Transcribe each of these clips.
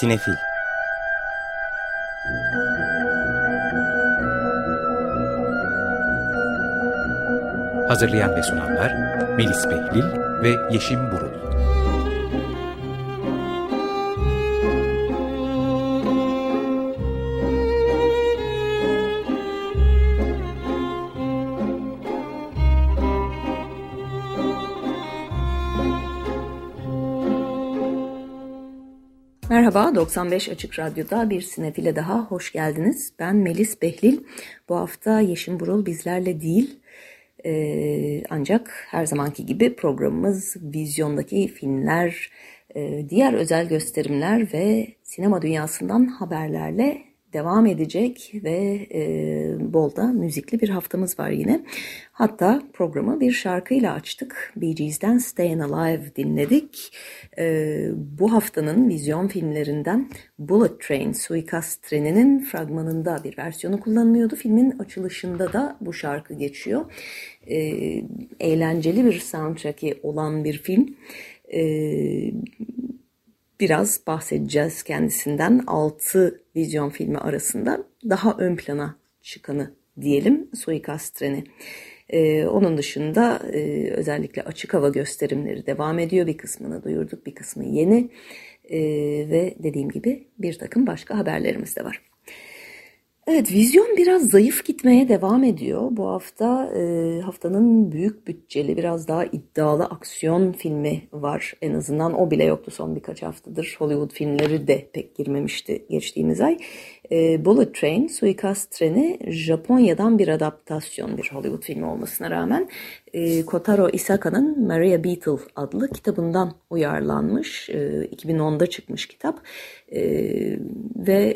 Sinefil. Hazırlayan ve sunanlar Melis Behlil ve Yeşim Burul. Merhaba, 95 Açık Radyo'da bir Sinefil'e daha hoş geldiniz. Ben Melis Behlil. Bu hafta Yeşim Burul bizlerle değil. Ancak her zamanki gibi programımız vizyondaki filmler, diğer özel gösterimler ve sinema dünyasından haberlerle devam edecek ve bol da müzikli bir haftamız var yine. Hatta programı bir şarkıyla açtık. Bee Gees'den Stayin' Alive dinledik. Bu haftanın vizyon filmlerinden Bullet Train, Suikast Treni'nin fragmanında bir versiyonu kullanılıyordu. Filmin açılışında da bu şarkı geçiyor. Eğlenceli bir soundtrack'i olan bir film. Biraz bahsedeceğiz kendisinden. 6 vizyon filmi arasında daha ön plana çıkanı diyelim Suikast Treni. Onun dışında özellikle açık hava gösterimleri devam ediyor. Bir kısmını duyurduk, bir kısmı yeni. Ve dediğim gibi bir takım başka haberlerimiz de var. Evet, vizyon biraz zayıf gitmeye devam ediyor. Bu hafta haftanın büyük bütçeli, biraz daha iddialı aksiyon filmi var. En azından o bile yoktu son birkaç haftadır. Hollywood filmleri de pek girmemişti geçtiğimiz ay. Bullet Train, Suikast Treni, Japonya'dan bir adaptasyon, bir Hollywood filmi olmasına rağmen Kotaro Isaka'nın Maria Beetle adlı kitabından uyarlanmış. 2010'da çıkmış kitap. Ve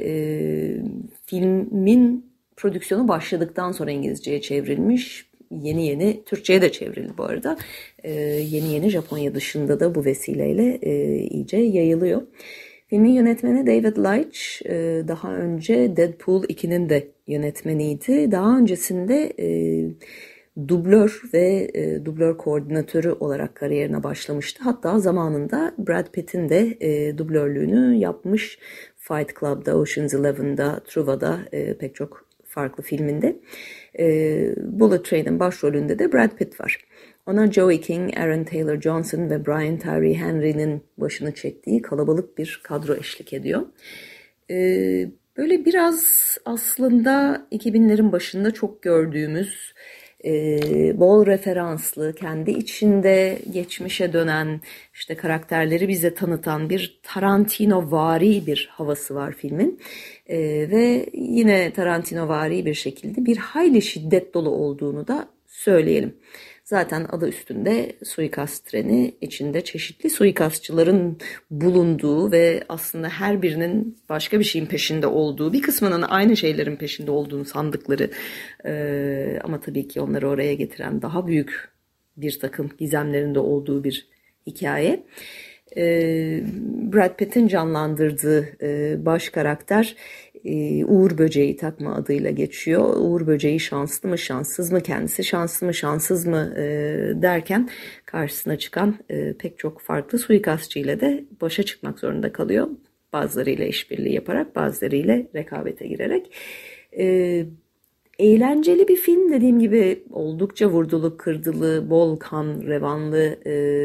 filmin prodüksiyonu başladıktan sonra İngilizceye çevrilmiş. Yeni Türkçe'ye de çevrildi bu arada. Yeni Japonya dışında da bu vesileyle iyice yayılıyor. Filmin yönetmeni David Leitch, daha önce Deadpool 2'nin de yönetmeniydi. Daha öncesinde dublör ve dublör koordinatörü olarak kariyerine başlamıştı. Hatta zamanında Brad Pitt'in de dublörlüğünü yapmış. Fight Club'da, Ocean's Eleven'da, Truva'da pek çok farklı filminde. Bullet Train'in başrolünde de Brad Pitt var. Ona Joey King, Aaron Taylor Johnson ve Brian Tyree Henry'nin başını çektiği kalabalık bir kadro eşlik ediyor. Böyle biraz aslında 2000'lerin başında çok gördüğümüz bol referanslı, kendi içinde geçmişe dönen, işte karakterleri bize tanıtan bir Tarantino-vari bir havası var filmin. Ve yine Tarantino-vari bir şekilde bir hayli şiddet dolu olduğunu da söyleyelim. Zaten adı üstünde suikast treni, içinde çeşitli suikastçıların bulunduğu ve aslında her birinin başka bir şeyin peşinde olduğu, bir kısmının aynı şeylerin peşinde olduğunu sandıkları ama tabii ki onları oraya getiren daha büyük bir takım gizemlerin de olduğu bir hikaye. Brad Pitt'in canlandırdığı baş karakter Uğur Böceği takma adıyla geçiyor. Uğur Böceği şanslı mı şanssız mı, kendisi şanslı mı şanssız mı derken karşısına çıkan pek çok farklı suikastçı ile de başa çıkmak zorunda kalıyor. Bazılarıyla işbirliği yaparak, bazılarıyla rekabete girerek. Eğlenceli bir film, dediğim gibi oldukça vurdulu, kırdılı, bol kan, revanlı,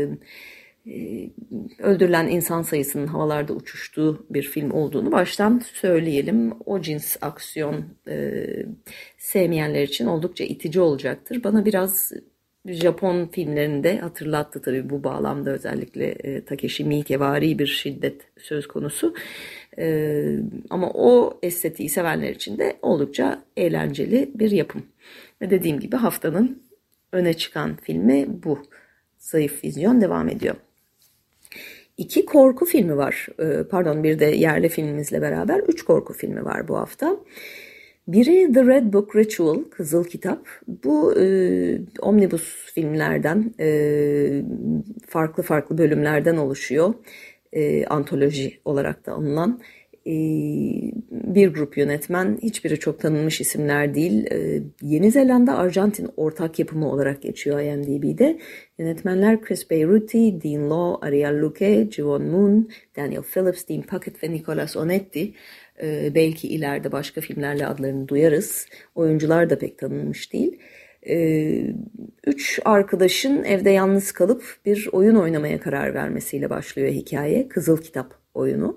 öldürülen insan sayısının havalarda uçuştuğu bir film olduğunu baştan söyleyelim. O cins aksiyon sevmeyenler için oldukça itici olacaktır. Bana biraz Japon filmlerinde hatırlattı tabii bu bağlamda, özellikle Takeshi Miike'vari bir şiddet söz konusu. Ama o estetiği sevenler için de oldukça eğlenceli bir yapım. Ve dediğim gibi haftanın öne çıkan filmi bu. Zayıf vizyon devam ediyor. 2 korku filmi var. Bir de yerli filmimizle beraber 3 korku filmi var bu hafta. Biri The Red Book Ritual, Kızıl Kitap. Bu omnibus filmlerden, farklı bölümlerden oluşuyor. Antoloji olarak da anılan. bir grup yönetmen, hiçbiri çok tanınmış isimler değil. Yeni Zelanda Arjantin ortak yapımı olarak geçiyor IMDb'de. Yönetmenler Chris Beruti, Dean Law, Ariel Luque, Jivon Moon, Daniel Phillips, Dean Puckett ve Nicolas Onetti. Belki ileride başka filmlerle adlarını duyarız. Oyuncular da pek tanınmış değil. Üç arkadaşın evde yalnız kalıp bir oyun oynamaya karar vermesiyle başlıyor hikaye. Kızıl Kitap oyunu.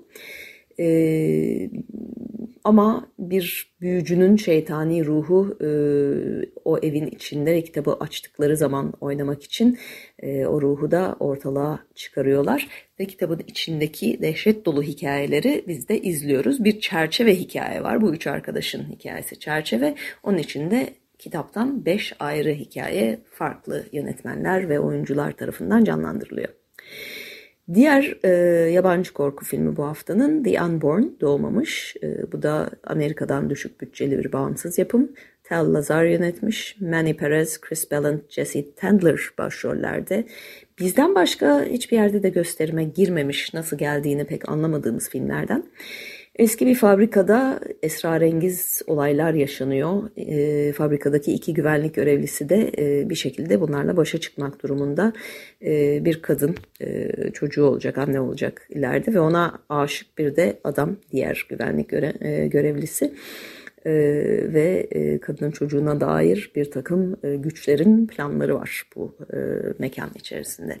Ama bir büyücünün şeytani ruhu o evin içinde kitabı açtıkları zaman oynamak için o ruhu da ortalığa çıkarıyorlar. Ve kitabın içindeki dehşet dolu hikayeleri biz de izliyoruz. Bir çerçeve hikaye var. Bu üç arkadaşın hikayesi çerçeve. Onun içinde kitaptan 5 ayrı hikaye farklı yönetmenler ve oyuncular tarafından canlandırılıyor. Diğer yabancı korku filmi bu haftanın The Unborn, Doğmamış. Bu da Amerika'dan düşük bütçeli bir bağımsız yapım. Tel Lazar yönetmiş. Manny Perez, Chris Ballant, Jesse Tendler başrollerde. Bizden başka hiçbir yerde de gösterime girmemiş, nasıl geldiğini pek anlamadığımız filmlerden. Eski bir fabrikada esrarengiz olaylar yaşanıyor. Fabrikadaki 2 güvenlik görevlisi de bir şekilde bunlarla başa çıkmak durumunda. Bir kadın çocuğu olacak, anne olacak ileride ve ona aşık bir de adam, diğer güvenlik görevlisi. Ve kadının çocuğuna dair bir takım güçlerin planları var bu mekan içerisinde.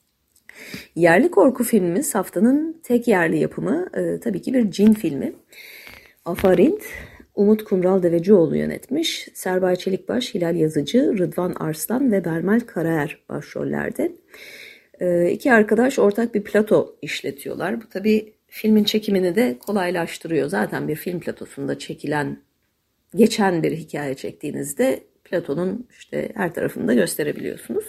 Yerli korku filmimiz haftanın tek yerli yapımı tabii ki bir cin filmi. Afarit, Umut Kumral Devecioğlu yönetmiş. Serbay Çelikbaş, Hilal Yazıcı, Rıdvan Arslan ve Bermel Karaer başrollerde. 2 arkadaş ortak bir plato işletiyorlar. Bu tabii filmin çekimini de kolaylaştırıyor. Zaten bir film platosunda geçen bir hikaye çektiğinizde platonun işte her tarafını da gösterebiliyorsunuz.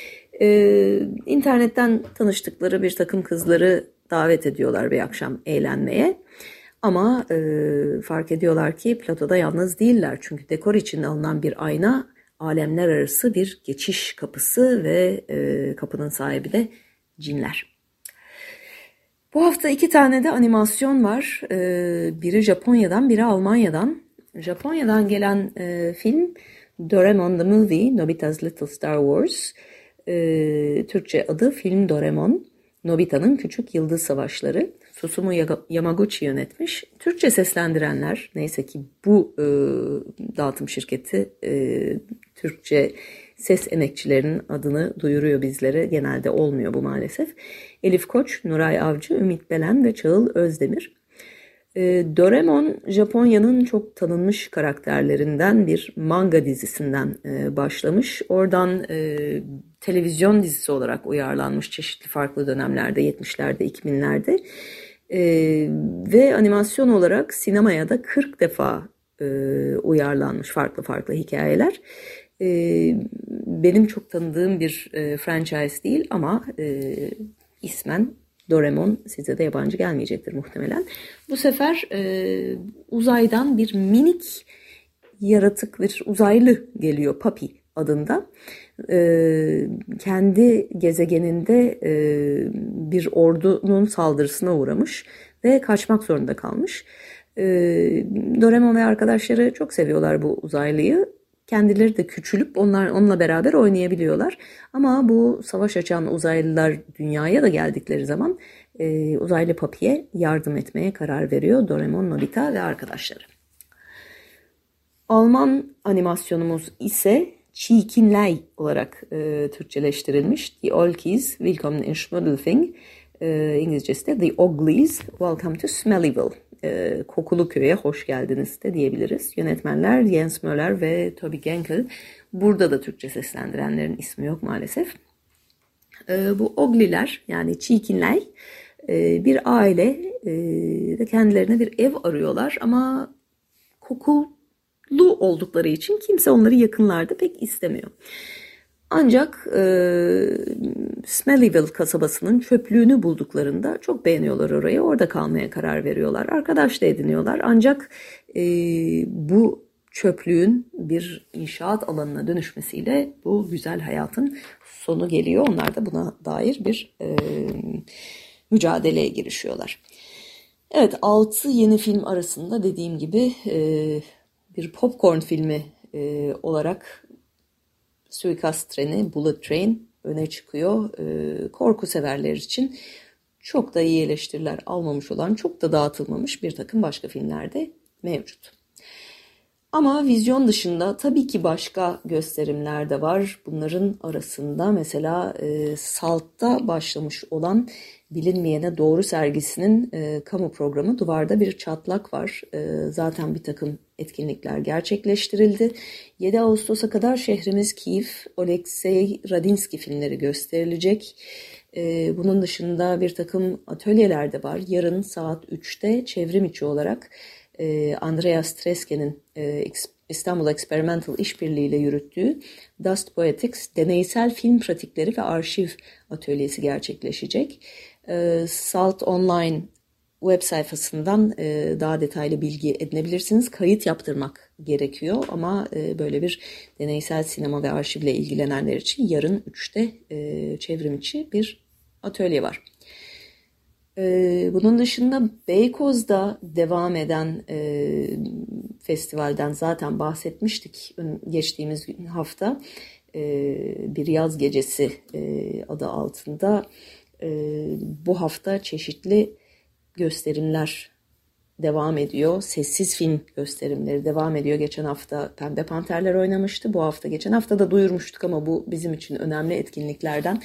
İnternetten tanıştıkları bir takım kızları davet ediyorlar bir akşam eğlenmeye. Ama fark ediyorlar ki platoda yalnız değiller. Çünkü dekor için alınan bir ayna alemler arası bir geçiş kapısı ve kapının sahibi de cinler. Bu hafta 2 tane de animasyon var. Biri Japonya'dan, biri Almanya'dan. Japonya'dan gelen film Doraemon the Movie, Nobita's Little Star Wars. Türkçe adı Film Doraemon, Nobita'nın Küçük Yıldız Savaşları. Susumu Yamaguchi yönetmiş. Türkçe seslendirenler, neyse ki bu dağıtım şirketi Türkçe ses emekçilerinin adını duyuruyor bizlere. Genelde olmuyor bu maalesef. Elif Koç, Nuray Avcı, Ümit Belen ve Çağıl Özdemir. Doraemon, Japonya'nın çok tanınmış karakterlerinden bir manga dizisinden başlamış. Oradan televizyon dizisi olarak uyarlanmış çeşitli farklı dönemlerde, 70'lerde, 2000'lerde. Ve animasyon olarak sinemaya da 40 defa uyarlanmış farklı farklı hikayeler. Benim çok tanıdığım bir franchise değil ama ismen Doraemon size de yabancı gelmeyecektir muhtemelen. Bu sefer uzaydan bir minik yaratık, bir uzaylı geliyor, Papi adında. Kendi gezegeninde bir ordunun saldırısına uğramış ve kaçmak zorunda kalmış. Doraemon ve arkadaşları çok seviyorlar bu uzaylıyı. Kendileri de küçülüp onunla beraber oynayabiliyorlar. Ama bu savaş açan uzaylılar dünyaya da geldikleri zaman uzaylı Papi'ye yardım etmeye karar veriyor Doraemon, Nobita ve arkadaşları. Alman animasyonumuz ise Çiğkinley olarak Türkçeleştirilmiş. The Olkies, Willkommen in Schmuddelfing. İngilizcesi de The Oglies, Welcome to Smellyville. Kokulu köye hoş geldiniz de diyebiliriz. Yönetmenler Jens Möller ve Toby Genkel. Burada da Türkçe seslendirenlerin ismi yok maalesef. Bu Ogliler, yani Çiğkinley bir aile de kendilerine bir ev arıyorlar ama kokulu oldukları için kimse onları yakınlarda pek istemiyor. Ancak Smellyville kasabasının çöplüğünü bulduklarında çok beğeniyorlar orayı. Orada kalmaya karar veriyorlar. Arkadaş da ediniyorlar. Ancak bu çöplüğün bir inşaat alanına dönüşmesiyle bu güzel hayatın sonu geliyor. Onlar da buna dair bir mücadeleye girişiyorlar. Evet, 6 yeni film arasında dediğim gibi bir popcorn filmi olarak Suikast Treni, Bullet Train öne çıkıyor. Korku severler için çok da iyi eleştiriler almamış olan, çok da dağıtılmamış bir takım başka filmler de mevcut. Ama vizyon dışında tabii ki başka gösterimler de var. Bunların arasında mesela Salt'ta başlamış olan Bilinmeyene Doğru sergisinin kamu programı Duvarda Bir Çatlak var. Zaten bir takım etkinlikler gerçekleştirildi. 7 Ağustos'a kadar Şehrimiz Kiev, Oleksey Radinsky filmleri gösterilecek. Bunun dışında bir takım atölyeler de var. Yarın saat 3'te çevrim içi olarak Andreas Treske'nin İstanbul Experimental İşbirliği ile yürüttüğü Dust Poetics deneysel film pratikleri ve arşiv atölyesi gerçekleşecek. Salt Online web sayfasından daha detaylı bilgi edinebilirsiniz. Kayıt yaptırmak gerekiyor ama böyle bir deneysel sinema ve arşivle ilgilenenler için yarın 3'te çevrim içi bir atölye var. Bunun dışında Beykoz'da devam eden festivalden zaten bahsetmiştik geçtiğimiz hafta. Bir yaz gecesi adı altında bu hafta çeşitli gösterimler devam ediyor. Sessiz film gösterimleri devam ediyor. Geçen hafta Pembe Panterler oynamıştı. Bu hafta, geçen hafta da duyurmuştuk ama bu bizim için önemli etkinliklerden.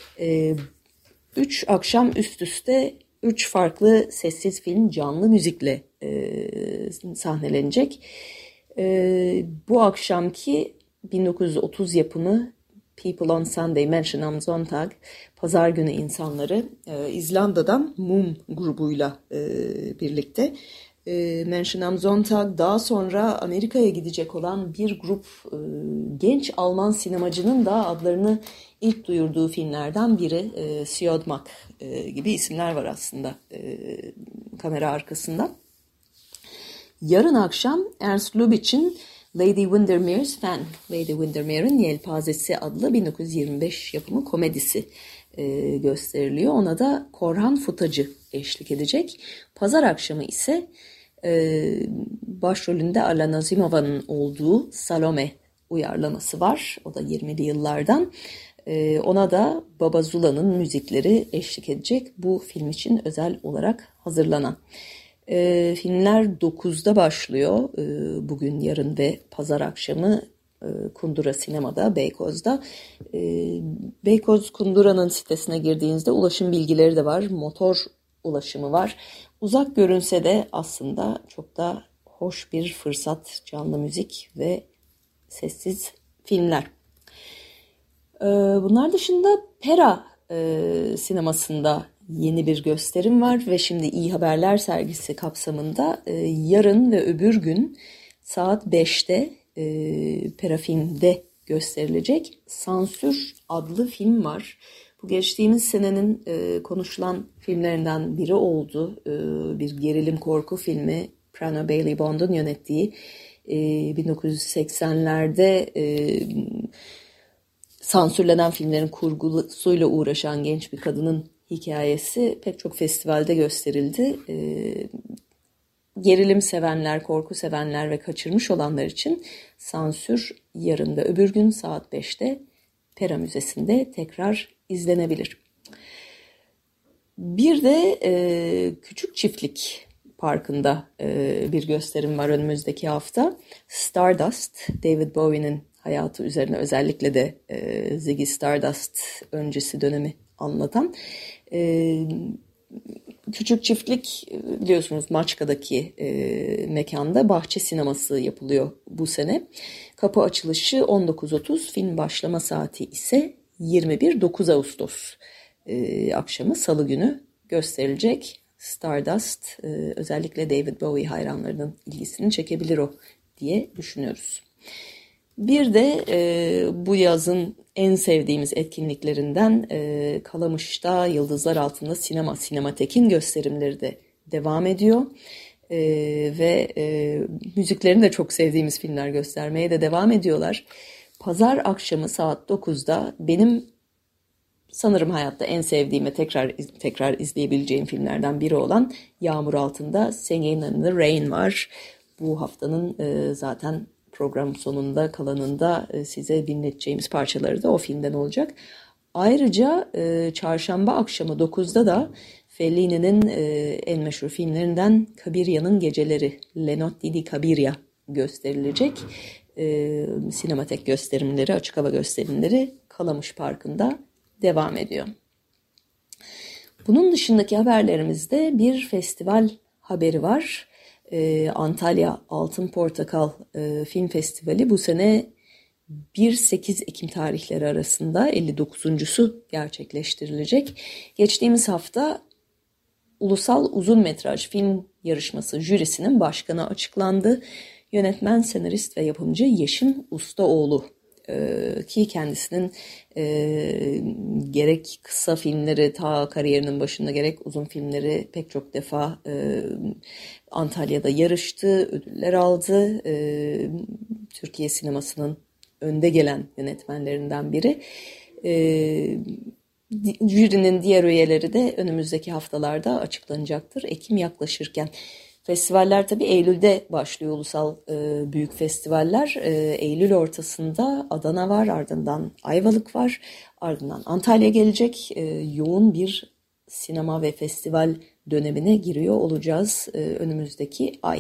3 akşam üst üste 3 farklı sessiz film canlı müzikle sahnelenecek. Bu akşamki 1930 yapımı People on Sunday, Menschen am Sonntag, Pazar günü insanları İzlanda'dan Mum grubuyla birlikte. Menschen am Sonntag daha sonra Amerika'ya gidecek olan bir grup genç Alman sinemacının da adlarını ilk duyurduğu filmlerden biri. Siodmak gibi isimler var aslında kamera arkasında. Yarın akşam Ernst Lubitsch'in Lady Windermere's Fan, Lady Windermere'in Yelpazesi adlı 1925 yapımı komedisi gösteriliyor. Ona da Korhan Futacı eşlik edecek. Pazar akşamı ise başrolünde Alan Azimova'nın olduğu Salome uyarlaması var. O da 20'li yıllardan. Ona da Baba Zula'nın müzikleri eşlik edecek. Bu film için özel olarak hazırlanan. Filmler 9'da başlıyor. Bugün, yarın ve pazar akşamı Kundura Sinema'da, Beykoz'da. Beykoz Kundura'nın sitesine girdiğinizde ulaşım bilgileri de var. Motor ulaşımı var. Uzak görünse de aslında çok da hoş bir fırsat. Canlı müzik ve sessiz filmler. Bunlar dışında Pera sinemasında yeni bir gösterim var ve şimdi İyi Haberler sergisi kapsamında yarın ve öbür gün saat 5'te Pera Film'de gösterilecek Sansür adlı film var. Bu geçtiğimiz senenin konuşulan filmlerinden biri oldu. Bir gerilim korku filmi, Prano Bailey Bond'un yönettiği 1980'lerde sansürlenen filmlerin kurgusuyla uğraşan genç bir kadının hikayesi pek çok festivalde gösterildi. Gerilim sevenler, korku sevenler ve kaçırmış olanlar için Sansür yarın ve öbür gün saat 5'te Pera Müzesi'nde tekrar izlenebilir. Bir de Küçük Çiftlik Parkı'nda bir gösterim var önümüzdeki hafta. Stardust, David Bowie'nin hayatı üzerine, özellikle de Ziggy Stardust öncesi dönemi anlatan. Küçük Çiftlik biliyorsunuz Maçka'daki mekanda bahçe sineması yapılıyor bu sene. Kapı açılışı 19.30, film başlama saati ise 9 Ağustos akşamı Salı günü gösterilecek. Stardust özellikle David Bowie hayranlarının ilgisini çekebilir o diye düşünüyoruz. Bir de bu yazın en sevdiğimiz etkinliklerinden Kalamış'ta Yıldızlar Altında Sinematek'in gösterimleri de devam ediyor. Ve müziklerini de çok sevdiğimiz filmler göstermeye de devam ediyorlar. Pazar akşamı saat 9'da benim sanırım hayatta en sevdiğim ve tekrar izleyebileceğim filmlerden biri olan Yağmur Altında Singing in the Rain var. Bu haftanın zaten program sonunda kalanında size dinleteceğimiz parçaları da o filmden olacak. Ayrıca çarşamba akşamı 9'da da Fellini'nin en meşhur filmlerinden Kabirya'nın Geceleri, Le Notti di Cabiria gösterilecek. Sinematek gösterimleri, açık hava gösterimleri Kalamış Parkı'nda devam ediyor. Bunun dışındaki haberlerimizde bir festival haberi var. Antalya Altın Portakal Film Festivali bu sene 1-8 Ekim tarihleri arasında 59.'su gerçekleştirilecek. Geçtiğimiz hafta Ulusal Uzun Metraj Film Yarışması jürisinin başkanı açıklandı. Yönetmen, senarist ve yapımcı Yeşim Ustaoğlu ki kendisinin gerek kısa filmleri ta kariyerinin başında gerek uzun filmleri pek çok defa Antalya'da yarıştı, ödüller aldı. Türkiye sinemasının önde gelen yönetmenlerinden biri. Jürinin diğer üyeleri de önümüzdeki haftalarda açıklanacaktır. Ekim yaklaşırken. Festivaller tabii Eylül'de başlıyor, ulusal büyük festivaller. Eylül ortasında Adana var, ardından Ayvalık var, ardından Antalya gelecek. Yoğun bir sinema ve festival dönemine giriyor olacağız önümüzdeki ay.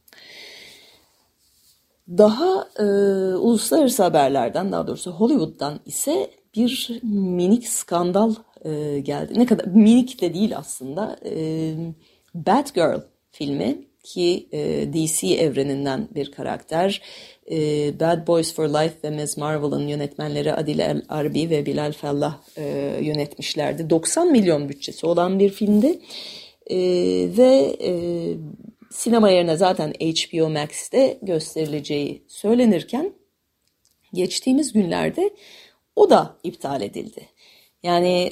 Daha uluslararası haberlerden, daha doğrusu Hollywood'dan ise bir minik skandal geldi. Ne kadar minik de değil aslında. Batgirl filmi ki DC evreninden bir karakter. Bad Boys for Life ve Ms. Marvel'ın yönetmenleri Adil El Arbi ve Bilal Fallah yönetmişlerdi. 90 milyon bütçesi olan bir filmdi. Ve sinema yerine zaten HBO Max'te gösterileceği söylenirken geçtiğimiz günlerde o da iptal edildi. Yani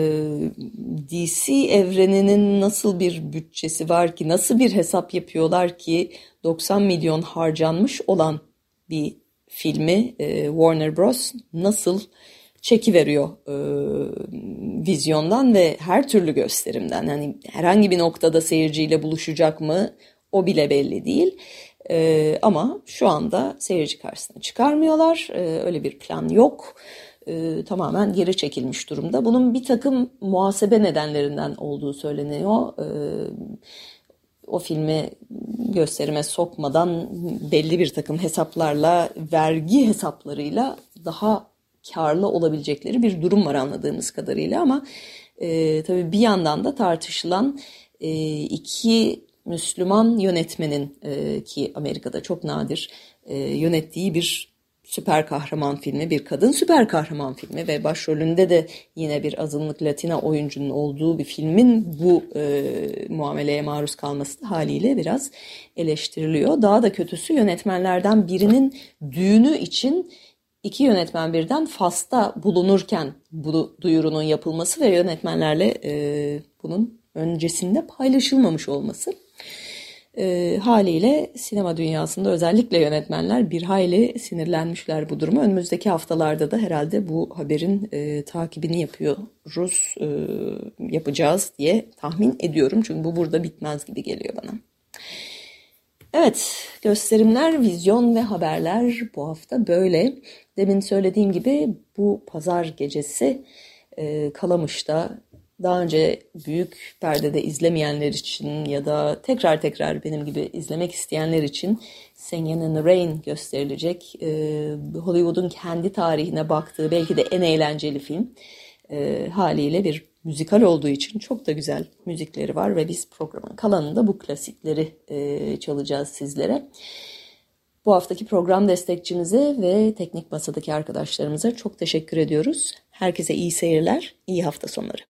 DC evreninin nasıl bir bütçesi var ki, nasıl bir hesap yapıyorlar ki 90 milyon harcanmış olan bir filmi Warner Bros. Nasıl çekiveriyor vizyondan ve her türlü gösterimden. Yani herhangi bir noktada seyirciyle buluşacak mı o bile belli değil. Ama şu anda seyirci karşısına çıkarmıyorlar. Öyle bir plan yok. Tamamen geri çekilmiş durumda. Bunun bir takım muhasebe nedenlerinden olduğu söyleniyor. O filmi gösterime sokmadan belli bir takım hesaplarla, vergi hesaplarıyla daha karlı olabilecekleri bir durum var anladığımız kadarıyla. Ama tabii bir yandan da tartışılan iki Müslüman yönetmenin ki Amerika'da çok nadir yönettiği bir süper kahraman filmi, bir kadın süper kahraman filmi ve başrolünde de yine bir azınlık Latina oyuncunun olduğu bir filmin bu muameleye maruz kalması da haliyle biraz eleştiriliyor. Daha da kötüsü yönetmenlerden birinin düğünü için iki yönetmen birden Fas'ta bulunurken bu duyurunun yapılması ve yönetmenlerle bunun öncesinde paylaşılmamış olması. Haliyle sinema dünyasında özellikle yönetmenler bir hayli sinirlenmişler bu duruma. Önümüzdeki haftalarda da herhalde bu haberin takibini yapacağız diye tahmin ediyorum. Çünkü bu burada bitmez gibi geliyor bana. Evet, gösterimler, vizyon ve haberler bu hafta böyle. Demin söylediğim gibi bu pazar gecesi Kalamış'ta daha önce büyük perdede izlemeyenler için ya da tekrar benim gibi izlemek isteyenler için Singing in the Rain gösterilecek. Hollywood'un kendi tarihine baktığı belki de en eğlenceli film. Haliyle bir müzikal olduğu için çok da güzel müzikleri var ve biz programın kalanında bu klasikleri çalacağız sizlere. Bu haftaki program destekçimize ve teknik masadaki arkadaşlarımıza çok teşekkür ediyoruz. Herkese iyi seyirler, iyi hafta sonları.